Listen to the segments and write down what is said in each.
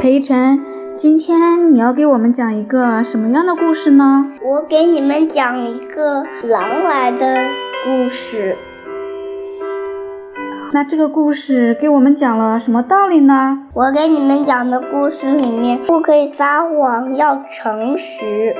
裴一晨，今天你要给我们讲一个什么样的故事呢？ 我给你们讲一个狼来的故事。 那这个故事给我们讲了什么道理呢？ 我给你们讲的故事里面不可以撒谎，要诚实。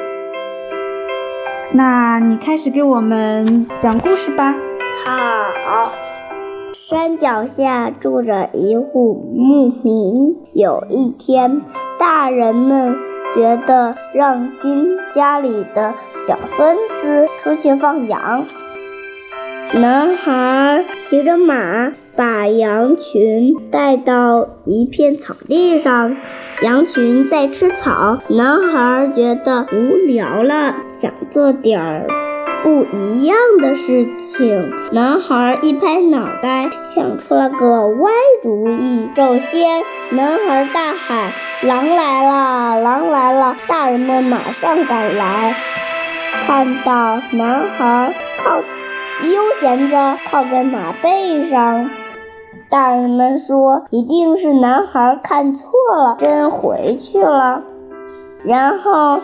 那你开始给我们讲故事吧。 好。山脚下住着一户牧民。有一天，大人们觉得让家里的小孙子出去放羊。男孩骑着马，把羊群带到一片草地上，羊群在吃草。男孩觉得无聊了，想做点不一样的事情。男孩一拍脑袋，想出了个歪主意。首先，男孩大喊：“狼来了！狼来了！”大人们马上赶来，看到男孩悠闲着靠在马背上，大人们说一定是男孩看错了，真回去了。然后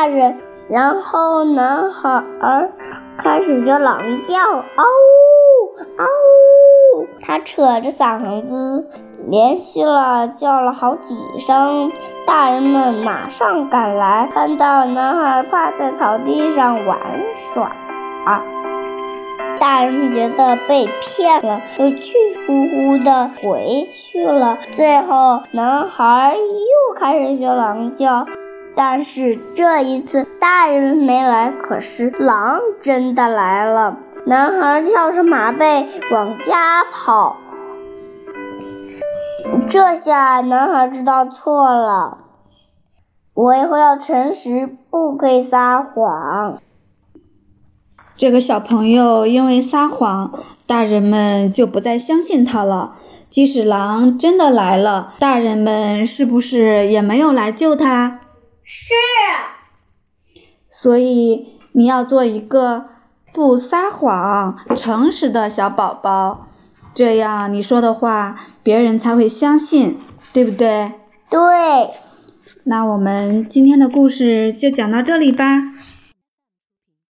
男孩开始就狼叫，嗷呜嗷呜，他扯着嗓子连续叫了好几声。大人们马上赶来，看到男孩趴在草地上玩耍。大人们觉得被骗了，就气呼呼地回去了。最后，男孩又开始学狼叫，但是这一次大人没来，可是狼真的来了。男孩跳上马背往家跑。这下男孩知道错了，我以后要诚实，不可以撒谎。 这个小朋友因为撒谎，大人们就不再相信他了。即使狼真的来了，大人们是不是也没有来救他？ 是。 所以你要做一个不撒谎、诚实的小宝宝，这样你说的话别人才会相信，对不对？ 对。 那我们今天的故事就讲到这里吧。